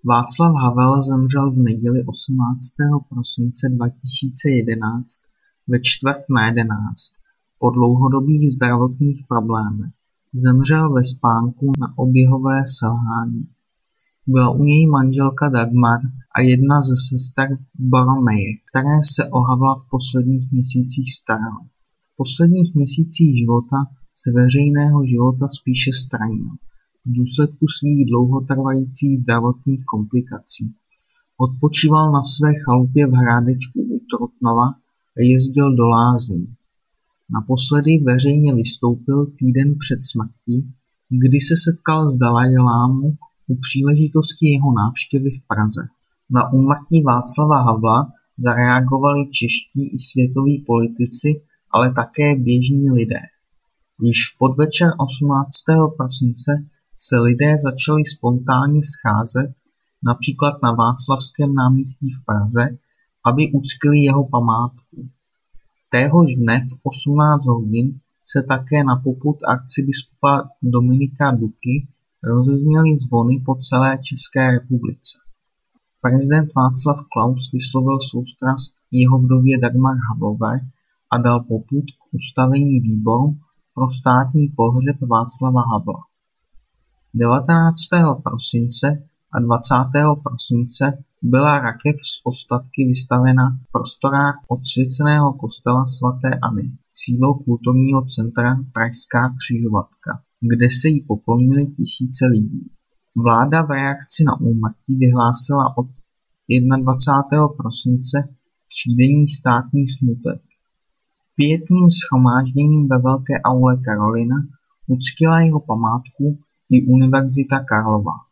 Václav Havel zemřel v neděli 18. prosince 2011 ve 10:45 po dlouhodobých zdravotních problémech. Zemřel ve spánku na oběhové selhání. Byla u něj manželka Dagmar a jedna ze sester Boromeje, které se o Havla v posledních měsících starala. V posledních měsících života se veřejného života spíše stranil v důsledku svých dlouhotrvajících zdravotních komplikací. Odpočíval na své chalupě v Hrádečku u Trutnova a jezdil do lázní. Naposledy veřejně vystoupil týden před smrtí, kdy se setkal s Dalajlámou u příležitosti jeho návštěvy v Praze. Na úmrtí Václava Havla zareagovali čeští i světoví politici, ale také běžní lidé. Již v podvečer 18. prosince se lidé začali spontánně scházet, například na Václavském náměstí v Praze, aby uctili jeho památku. Téhož dne v 18 hodin se také na popud arcibiskupa Dominika Duky rozezněly zvony po celé České republice. Prezident Václav Klaus vyslovil soustrast jeho vdově Dagmar Havlové a dal popud k ustavení výboru pro státní pohřeb Václava Havla. 19. prosince a 20. prosince byla rakev s ostatky vystavena v prostorách odsvěceného kostela svaté Anny, sídlo kulturního centra Pražská křižovatka, kde se jí poklonily tisíce lidí. Vláda v reakci na úmrtí vyhlásila od 21. prosince třídenní státní smutek. Pietním shromážděním ve Velké aule Karolina uctila jeho památku i Univerzita Karlova.